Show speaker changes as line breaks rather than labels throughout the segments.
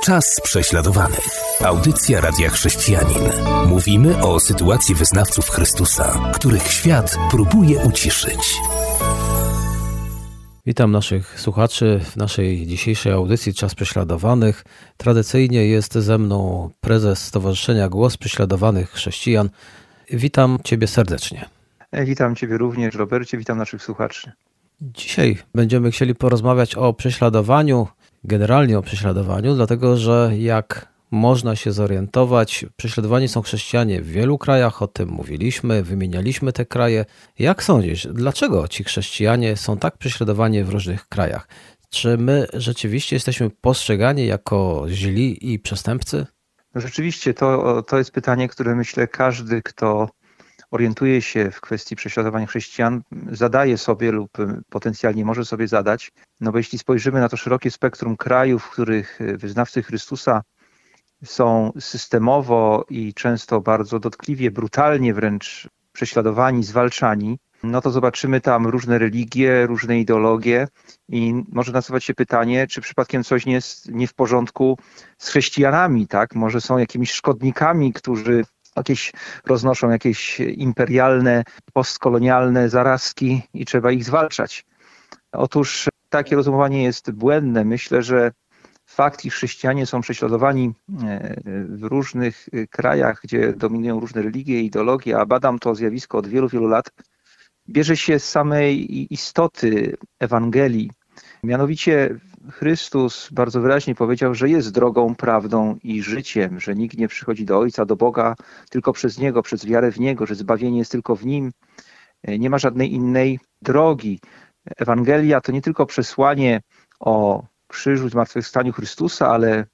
Czas prześladowanych. Audycja Radia Chrześcijanin. Mówimy o sytuacji wyznawców Chrystusa, których świat próbuje uciszyć.
Witam naszych słuchaczy w naszej dzisiejszej audycji Czas Prześladowanych. Tradycyjnie jest ze mną prezes Stowarzyszenia Głos Prześladowanych Chrześcijan. Witam Ciebie serdecznie.
Witam Ciebie również, Robercie, witam naszych słuchaczy.
Dzisiaj będziemy chcieli porozmawiać o prześladowaniu, generalnie o prześladowaniu, dlatego że jak można się zorientować, prześladowani są chrześcijanie w wielu krajach, o tym mówiliśmy, wymienialiśmy te kraje. Jak sądzisz, dlaczego ci chrześcijanie są tak prześladowani w różnych krajach? Czy my rzeczywiście jesteśmy postrzegani jako źli i przestępcy?
No rzeczywiście, to jest pytanie, które myślę każdy, kto orientuje się w kwestii prześladowania chrześcijan, zadaje sobie lub potencjalnie może sobie zadać. No bo jeśli spojrzymy na to szerokie spektrum krajów, w których wyznawcy Chrystusa są systemowo i często bardzo dotkliwie, brutalnie wręcz prześladowani, zwalczani, no to zobaczymy tam różne religie, różne ideologie i może nasuwać się pytanie, czy przypadkiem coś nie jest nie w porządku z chrześcijanami, tak? Może są jakimiś szkodnikami, którzy roznoszą jakieś imperialne, postkolonialne zarazki i trzeba ich zwalczać. Otóż takie rozumowanie jest błędne. Myślę, że fakt, iż chrześcijanie są prześladowani w różnych krajach, gdzie dominują różne religie i ideologie, a badam to zjawisko od wielu, wielu lat, bierze się z samej istoty Ewangelii. Mianowicie Chrystus bardzo wyraźnie powiedział, że jest drogą, prawdą i życiem, że nikt nie przychodzi do Ojca, do Boga tylko przez Niego, przez wiarę w Niego, że zbawienie jest tylko w Nim. Nie ma żadnej innej drogi. Ewangelia to nie tylko przesłanie o krzyżu i zmartwychwstaniu Chrystusa, ale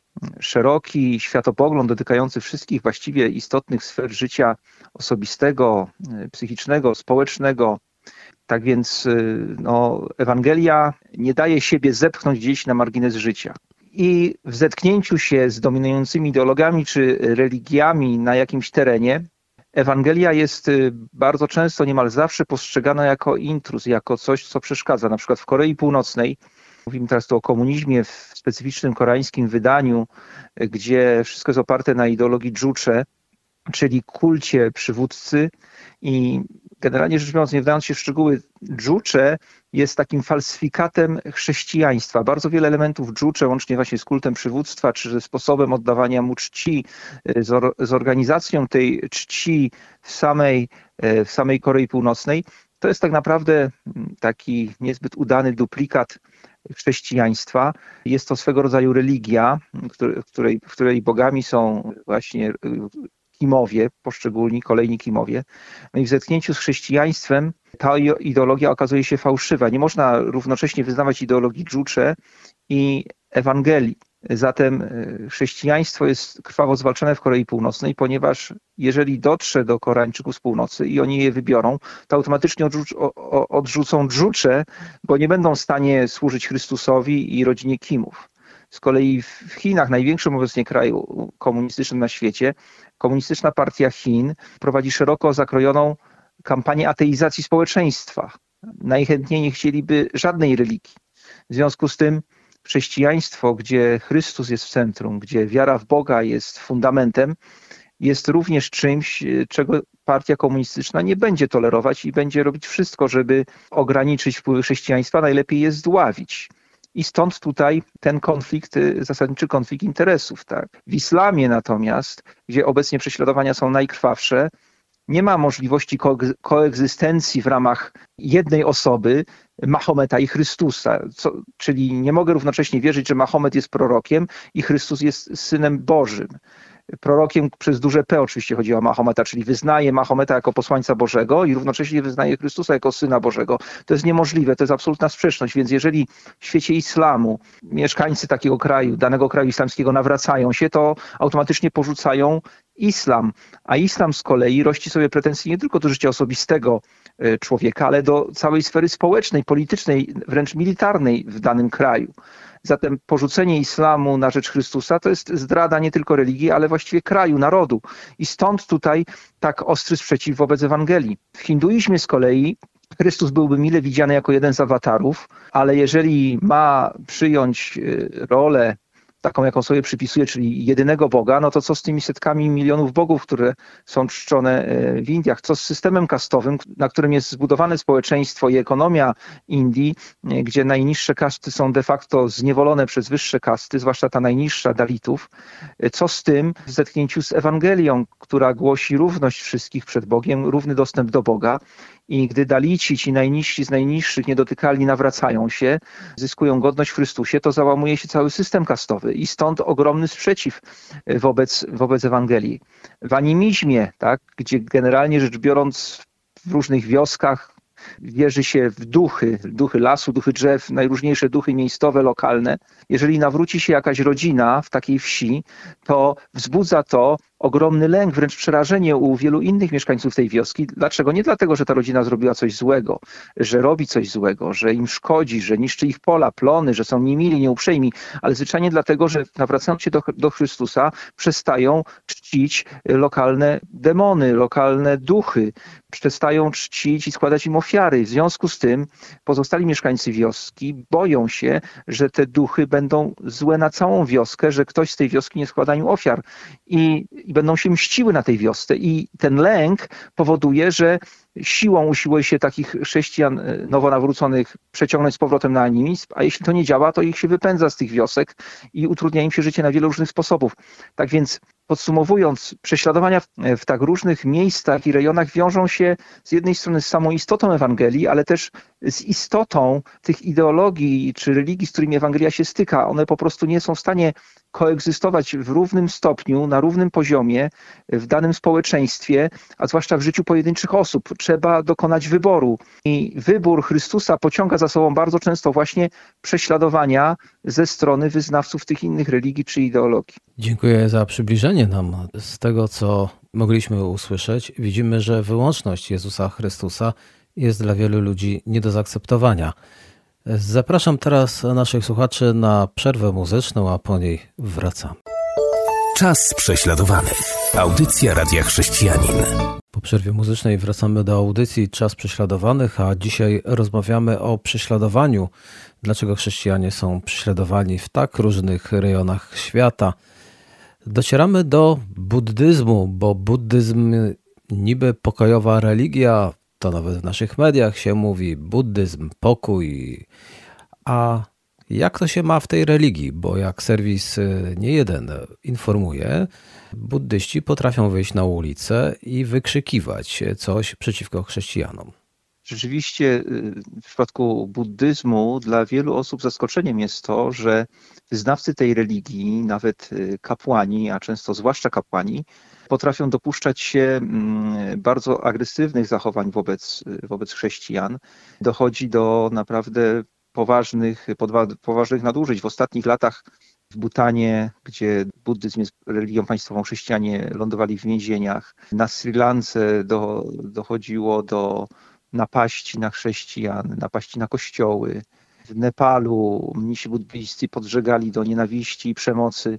szeroki światopogląd dotykający wszystkich właściwie istotnych sfer życia osobistego, psychicznego, społecznego. Tak więc Ewangelia nie daje siebie zepchnąć gdzieś na margines życia. I w zetknięciu się z dominującymi ideologiami czy religiami na jakimś terenie, Ewangelia jest bardzo często, niemal zawsze postrzegana jako intruz, jako coś, co przeszkadza. Na przykład w Korei Północnej, mówimy teraz tu o komunizmie w specyficznym koreańskim wydaniu, gdzie wszystko jest oparte na ideologii Dżucze, czyli kulcie przywódcy i generalnie rzecz biorąc, nie wdając się w szczegóły, Dżucze jest takim falsyfikatem chrześcijaństwa. Bardzo wiele elementów Dżucze, łącznie właśnie z kultem przywództwa, czy ze sposobem oddawania mu czci, z organizacją tej czci w samej Korei Północnej, to jest tak naprawdę taki niezbyt udany duplikat chrześcijaństwa. Jest to swego rodzaju religia, w której bogami są właśnie Kimowie, poszczególni, kolejni Kimowie. No i w zetknięciu z chrześcijaństwem ta ideologia okazuje się fałszywa. Nie można równocześnie wyznawać ideologii Dżucze i Ewangelii. Zatem chrześcijaństwo jest krwawo zwalczane w Korei Północnej, ponieważ jeżeli dotrze do Koreańczyków z północy i oni je wybiorą, to automatycznie odrzucą Dżucze, bo nie będą w stanie służyć Chrystusowi i rodzinie Kimów. Z kolei w Chinach, największym obecnie kraju komunistycznym na świecie, Komunistyczna Partia Chin prowadzi szeroko zakrojoną kampanię ateizacji społeczeństwa. Najchętniej nie chcieliby żadnej religii. W związku z tym chrześcijaństwo, gdzie Chrystus jest w centrum, gdzie wiara w Boga jest fundamentem, jest również czymś, czego partia komunistyczna nie będzie tolerować i będzie robić wszystko, żeby ograniczyć wpływy chrześcijaństwa, najlepiej je zdławić. I stąd tutaj ten konflikt, zasadniczy konflikt interesów. Tak? W islamie natomiast, gdzie obecnie prześladowania są najkrwawsze, nie ma możliwości koegzystencji w ramach jednej osoby, Mahometa i Chrystusa. Czyli nie mogę równocześnie wierzyć, że Mahomet jest prorokiem i Chrystus jest Synem Bożym. Prorokiem przez duże P oczywiście chodzi o Mahometa, czyli wyznaje Mahometa jako posłańca Bożego i równocześnie wyznaje Chrystusa jako Syna Bożego. To jest niemożliwe, to jest absolutna sprzeczność, więc jeżeli w świecie islamu mieszkańcy takiego kraju, danego kraju islamskiego nawracają się, to automatycznie porzucają islam, a islam z kolei rości sobie pretensje nie tylko do życia osobistego człowieka, ale do całej sfery społecznej, politycznej, wręcz militarnej w danym kraju. Zatem porzucenie islamu na rzecz Chrystusa to jest zdrada nie tylko religii, ale właściwie kraju, narodu. I stąd tutaj tak ostry sprzeciw wobec Ewangelii. W hinduizmie z kolei Chrystus byłby mile widziany jako jeden z awatarów, ale jeżeli ma przyjąć rolę taką, jaką sobie przypisuje, czyli jedynego Boga, no to co z tymi setkami milionów bogów, które są czczone w Indiach? Co z systemem kastowym, na którym jest zbudowane społeczeństwo i ekonomia Indii, gdzie najniższe kasty są de facto zniewolone przez wyższe kasty, zwłaszcza ta najniższa Dalitów? Co z tym w zetknięciu z Ewangelią, która głosi równość wszystkich przed Bogiem, równy dostęp do Boga? I gdy Dalici, ci najniżsi z najniższych, niedotykalni, nawracają się, zyskują godność w Chrystusie, to załamuje się cały system kastowy i stąd ogromny sprzeciw wobec Ewangelii. W animizmie, tak, gdzie generalnie rzecz biorąc w różnych wioskach wierzy się w duchy lasu, duchy drzew, najróżniejsze duchy miejscowe, lokalne. Jeżeli nawróci się jakaś rodzina w takiej wsi, to wzbudza to ogromny lęk, wręcz przerażenie u wielu innych mieszkańców tej wioski. Dlaczego? Nie dlatego, że ta rodzina zrobiła coś złego, że robi coś złego, że im szkodzi, że niszczy ich pola, plony, że są niemili, nieuprzejmi, ale zwyczajnie dlatego, że nawracając się do Chrystusa, przestają czcić lokalne demony, lokalne duchy, przestają czcić i składać im ofiary. W związku z tym pozostali mieszkańcy wioski boją się, że te duchy będą złe na całą wioskę, że ktoś z tej wioski nie składa im ofiar i będą się mściły na tej wiosce. I ten lęk powoduje, że siłą usiłuje się takich chrześcijan nowonawróconych przeciągnąć z powrotem na animizm, a jeśli to nie działa, to ich się wypędza z tych wiosek i utrudnia im się życie na wiele różnych sposobów. Tak więc podsumowując, prześladowania w tak różnych miejscach i rejonach wiążą się z jednej strony z samą istotą Ewangelii, ale też z istotą tych ideologii czy religii, z którymi Ewangelia się styka. One po prostu nie są w stanie koegzystować w równym stopniu, na równym poziomie w danym społeczeństwie, a zwłaszcza w życiu pojedynczych osób. Trzeba dokonać wyboru. I wybór Chrystusa pociąga za sobą bardzo często właśnie prześladowania ze strony wyznawców tych innych religii czy ideologii.
Dziękuję za przybliżenie nam z tego, co mogliśmy usłyszeć. Widzimy, że wyłączność Jezusa Chrystusa jest dla wielu ludzi nie do zaakceptowania. Zapraszam teraz naszych słuchaczy na przerwę muzyczną, a po niej wracam.
Czas prześladowanych. Audycja Radia Chrześcijanin.
Po przerwie muzycznej wracamy do audycji Czas prześladowanych, a dzisiaj rozmawiamy o prześladowaniu. Dlaczego chrześcijanie są prześladowani w tak różnych rejonach świata? Docieramy do buddyzmu, bo buddyzm niby pokojowa religia, to nawet w naszych mediach się mówi buddyzm, pokój. A jak to się ma w tej religii? Bo jak serwis nie jeden informuje, buddyści potrafią wyjść na ulicę i wykrzykiwać coś przeciwko chrześcijanom.
Rzeczywiście w przypadku buddyzmu dla wielu osób zaskoczeniem jest to, że wyznawcy tej religii, nawet kapłani, a często zwłaszcza kapłani, potrafią dopuszczać się bardzo agresywnych zachowań wobec chrześcijan. Dochodzi do naprawdę poważnych nadużyć. W ostatnich latach w Butanie, gdzie buddyzm jest religią państwową, chrześcijanie lądowali w więzieniach. Na Sri Lance dochodziło do napaści na chrześcijan, napaści na kościoły. W Nepalu mnisi buddyjscy podżegali do nienawiści i przemocy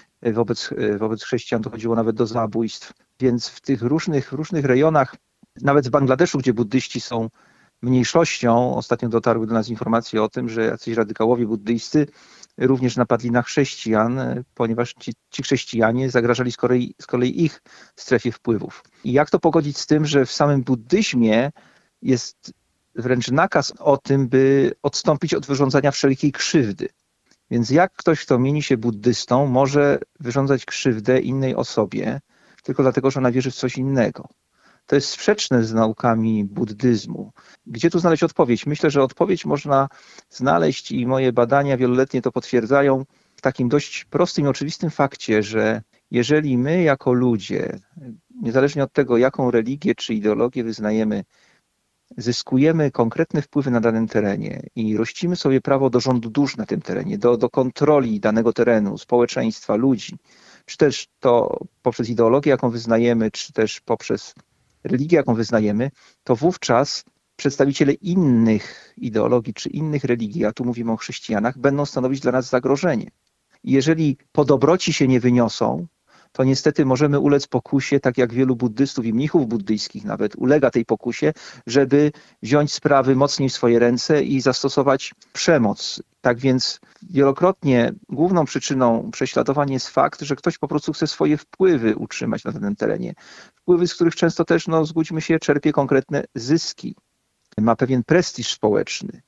wobec chrześcijan, dochodziło nawet do zabójstw. Więc w tych różnych rejonach, nawet w Bangladeszu, gdzie buddyści są mniejszością, ostatnio dotarły do nas informacje o tym, że jacyś radykałowie buddyjscy również napadli na chrześcijan, ponieważ ci chrześcijanie zagrażali z kolei ich strefie wpływów. I jak to pogodzić z tym, że w samym buddyzmie jest wręcz nakaz o tym, by odstąpić od wyrządzania wszelkiej krzywdy. Więc jak ktoś, kto mieni się buddystą, może wyrządzać krzywdę innej osobie tylko dlatego, że ona wierzy w coś innego? To jest sprzeczne z naukami buddyzmu. Gdzie tu znaleźć odpowiedź? Myślę, że odpowiedź można znaleźć i moje badania wieloletnie to potwierdzają w takim dość prostym i oczywistym fakcie, że jeżeli my jako ludzie, niezależnie od tego, jaką religię czy ideologię wyznajemy, zyskujemy konkretne wpływy na danym terenie i rościmy sobie prawo do rządu dusz na tym terenie, do kontroli danego terenu, społeczeństwa, ludzi, czy też to poprzez ideologię, jaką wyznajemy, czy też poprzez religię, jaką wyznajemy, to wówczas przedstawiciele innych ideologii czy innych religii, a tu mówimy o chrześcijanach, będą stanowić dla nas zagrożenie. I jeżeli po dobroci się nie wyniosą, to niestety możemy ulec pokusie, tak jak wielu buddystów i mnichów buddyjskich nawet ulega tej pokusie, żeby wziąć sprawy mocniej w swoje ręce i zastosować przemoc. Tak więc wielokrotnie główną przyczyną prześladowań jest fakt, że ktoś po prostu chce swoje wpływy utrzymać na danym terenie. Wpływy, z których często też, zgódźmy się, czerpie konkretne zyski. Ma pewien prestiż społeczny.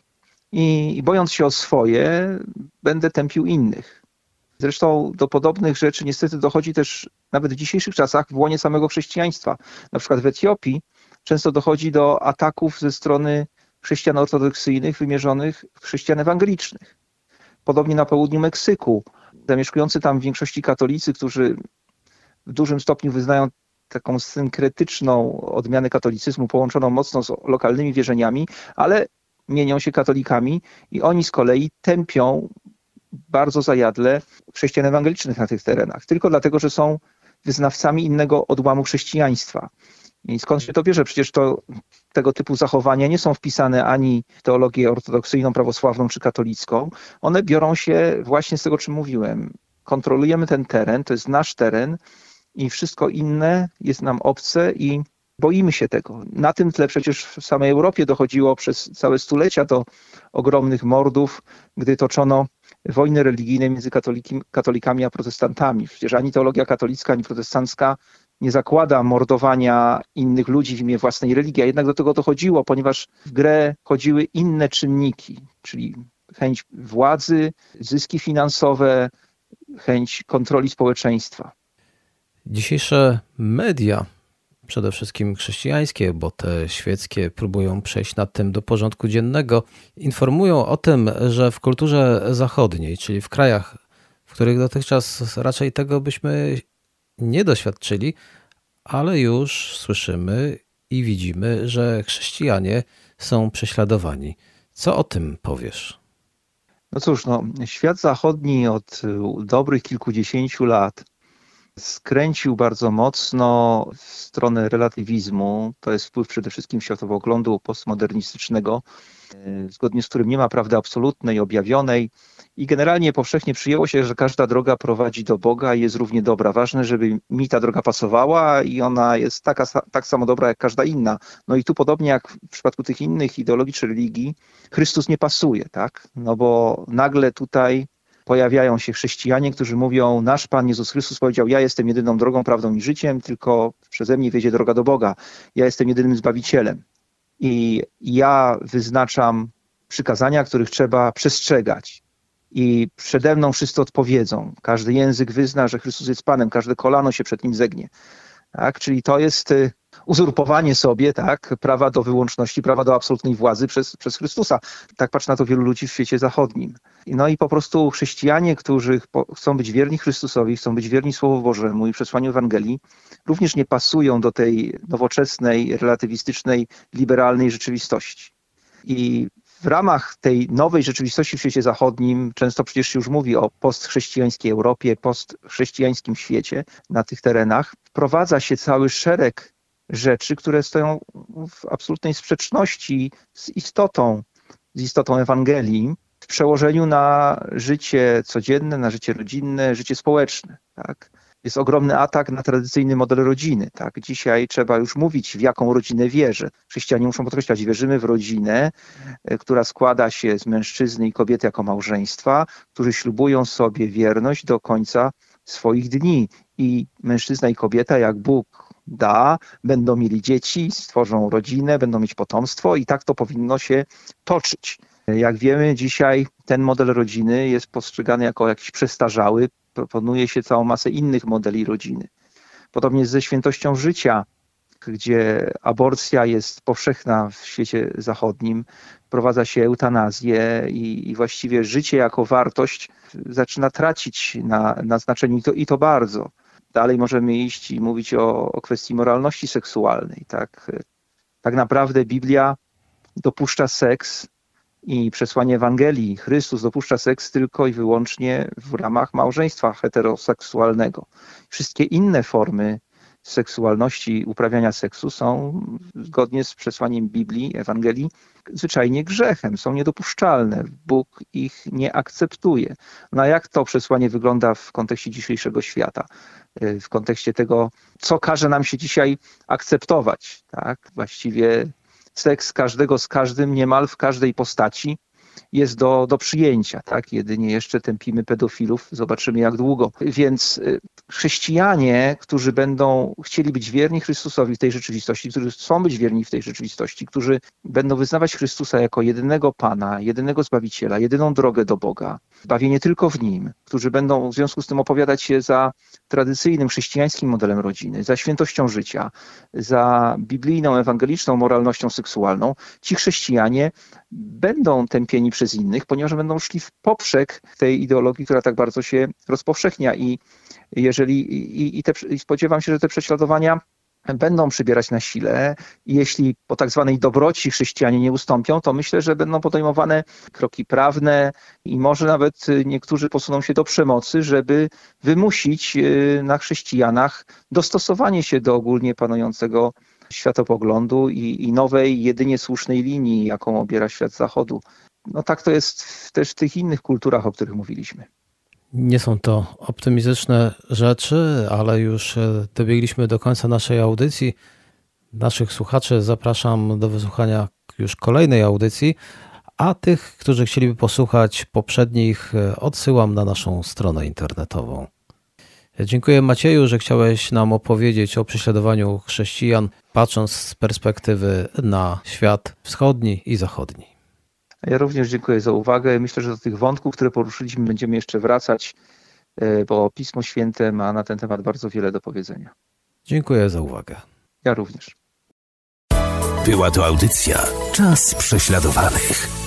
I bojąc się o swoje, będę tępił innych. Zresztą do podobnych rzeczy niestety dochodzi też nawet w dzisiejszych czasach w łonie samego chrześcijaństwa. Na przykład w Etiopii często dochodzi do ataków ze strony chrześcijan ortodoksyjnych wymierzonych w chrześcijan ewangelicznych. Podobnie na południu Meksyku. Zamieszkujący tam w większości katolicy, którzy w dużym stopniu wyznają taką synkretyczną odmianę katolicyzmu, połączoną mocno z lokalnymi wierzeniami, ale mienią się katolikami i oni z kolei tępią bardzo zajadle chrześcijan ewangelicznych na tych terenach. Tylko dlatego, że są wyznawcami innego odłamu chrześcijaństwa. I skąd się to bierze? Przecież tego typu zachowania nie są wpisane ani w teologię ortodoksyjną, prawosławną czy katolicką. One biorą się właśnie z tego, o czym mówiłem. Kontrolujemy ten teren, to jest nasz teren i wszystko inne jest nam obce i boimy się tego. Na tym tle przecież w samej Europie dochodziło przez całe stulecia do ogromnych mordów, gdy toczono wojny religijne między katolikami a protestantami. Przecież ani teologia katolicka, ani protestancka nie zakłada mordowania innych ludzi w imię własnej religii, a jednak do tego dochodziło, ponieważ w grę chodziły inne czynniki, czyli chęć władzy, zyski finansowe, chęć kontroli społeczeństwa.
Dzisiejsze media, przede wszystkim chrześcijańskie, bo te świeckie próbują przejść nad tym do porządku dziennego, informują o tym, że w kulturze zachodniej, czyli w krajach, w których dotychczas raczej tego byśmy nie doświadczyli, ale już słyszymy i widzimy, że chrześcijanie są prześladowani. Co o tym powiesz?
No cóż, świat zachodni od dobrych kilkudziesięciu lat skręcił bardzo mocno w stronę relatywizmu. To jest wpływ przede wszystkim światopoglądu postmodernistycznego, zgodnie z którym nie ma prawdy absolutnej, objawionej i generalnie powszechnie przyjęło się, że każda droga prowadzi do Boga i jest równie dobra. Ważne, żeby mi ta droga pasowała i ona jest tak samo dobra jak każda inna. No i tu podobnie jak w przypadku tych innych ideologii czy religii, Chrystus nie pasuje, tak? No bo nagle tutaj pojawiają się chrześcijanie, którzy mówią, nasz Pan Jezus Chrystus powiedział, ja jestem jedyną drogą, prawdą i życiem, tylko przeze mnie wiedzie droga do Boga. Ja jestem jedynym Zbawicielem. I ja wyznaczam przykazania, których trzeba przestrzegać. I przede mną wszyscy odpowiedzą. Każdy język wyzna, że Chrystus jest Panem, każde kolano się przed Nim zegnie. Tak? Czyli to jest uzurpowanie sobie prawa do wyłączności, prawa do absolutnej władzy przez Chrystusa. Tak patrzy na to wielu ludzi w świecie zachodnim. No i po prostu chrześcijanie, którzy chcą być wierni Chrystusowi, chcą być wierni Słowu Bożemu i przesłaniu Ewangelii, również nie pasują do tej nowoczesnej, relatywistycznej, liberalnej rzeczywistości. I w ramach tej nowej rzeczywistości w świecie zachodnim często przecież się już mówi o postchrześcijańskiej Europie, postchrześcijańskim świecie na tych terenach. Wprowadza się cały szereg rzeczy, które stoją w absolutnej sprzeczności z istotą Ewangelii, w przełożeniu na życie codzienne, na życie rodzinne, życie społeczne. Tak? Jest ogromny atak na tradycyjny model rodziny. Tak? Dzisiaj trzeba już mówić, w jaką rodzinę wierzę. Chrześcijanie muszą podkreślać, wierzymy w rodzinę, która składa się z mężczyzny i kobiety jako małżeństwa, którzy ślubują sobie wierność do końca swoich dni. I mężczyzna i kobieta, jak Bóg da, będą mieli dzieci, stworzą rodzinę, będą mieć potomstwo i tak to powinno się toczyć. Jak wiemy, dzisiaj ten model rodziny jest postrzegany jako jakiś przestarzały. Proponuje się całą masę innych modeli rodziny. Podobnie jest ze świętością życia, gdzie aborcja jest powszechna w świecie zachodnim, wprowadza się eutanazję i właściwie życie jako wartość zaczyna tracić na znaczeniu i to bardzo. Dalej możemy iść i mówić o kwestii moralności seksualnej. Tak naprawdę Biblia dopuszcza seks i przesłanie Ewangelii. Chrystus dopuszcza seks tylko i wyłącznie w ramach małżeństwa heteroseksualnego. Wszystkie inne formy seksualności, uprawiania seksu są zgodnie z przesłaniem Biblii, Ewangelii, zwyczajnie grzechem, są niedopuszczalne. Bóg ich nie akceptuje. No a jak to przesłanie wygląda w kontekście dzisiejszego świata? w kontekście tego, co każe nam się dzisiaj akceptować. Tak? Właściwie seks każdego z każdym niemal w każdej postaci jest do przyjęcia. Tak? Jedynie jeszcze tępimy pedofilów, zobaczymy jak długo. Więc chrześcijanie, którzy będą chcieli być wierni Chrystusowi w tej rzeczywistości, którzy chcą być wierni w tej rzeczywistości, którzy będą wyznawać Chrystusa jako jedynego Pana, jedynego Zbawiciela, jedyną drogę do Boga, bawienie tylko w Nim, którzy będą w związku z tym opowiadać się za tradycyjnym chrześcijańskim modelem rodziny, za świętością życia, za biblijną, ewangeliczną moralnością seksualną, ci chrześcijanie będą tępieni przez innych, ponieważ będą szli w poprzek tej ideologii, która tak bardzo się rozpowszechnia i spodziewam się, że te prześladowania będą przybierać na sile i jeśli po tak zwanej dobroci chrześcijanie nie ustąpią, to myślę, że będą podejmowane kroki prawne i może nawet niektórzy posuną się do przemocy, żeby wymusić na chrześcijanach dostosowanie się do ogólnie panującego światopoglądu i nowej, jedynie słusznej linii, jaką obiera świat Zachodu. No tak to jest też w tych innych kulturach, o których mówiliśmy.
Nie są to optymistyczne rzeczy, ale już dobiegliśmy do końca naszej audycji. Naszych słuchaczy zapraszam do wysłuchania już kolejnej audycji, a tych, którzy chcieliby posłuchać poprzednich, odsyłam na naszą stronę internetową. Dziękuję Macieju, że chciałeś nam opowiedzieć o prześladowaniu chrześcijan, patrząc z perspektywy na świat wschodni i zachodni.
Ja również dziękuję za uwagę. Myślę, że do tych wątków, które poruszyliśmy, będziemy jeszcze wracać, bo Pismo Święte ma na ten temat bardzo wiele do powiedzenia.
Dziękuję za uwagę.
Ja również.
Była to audycja Czas prześladowanych.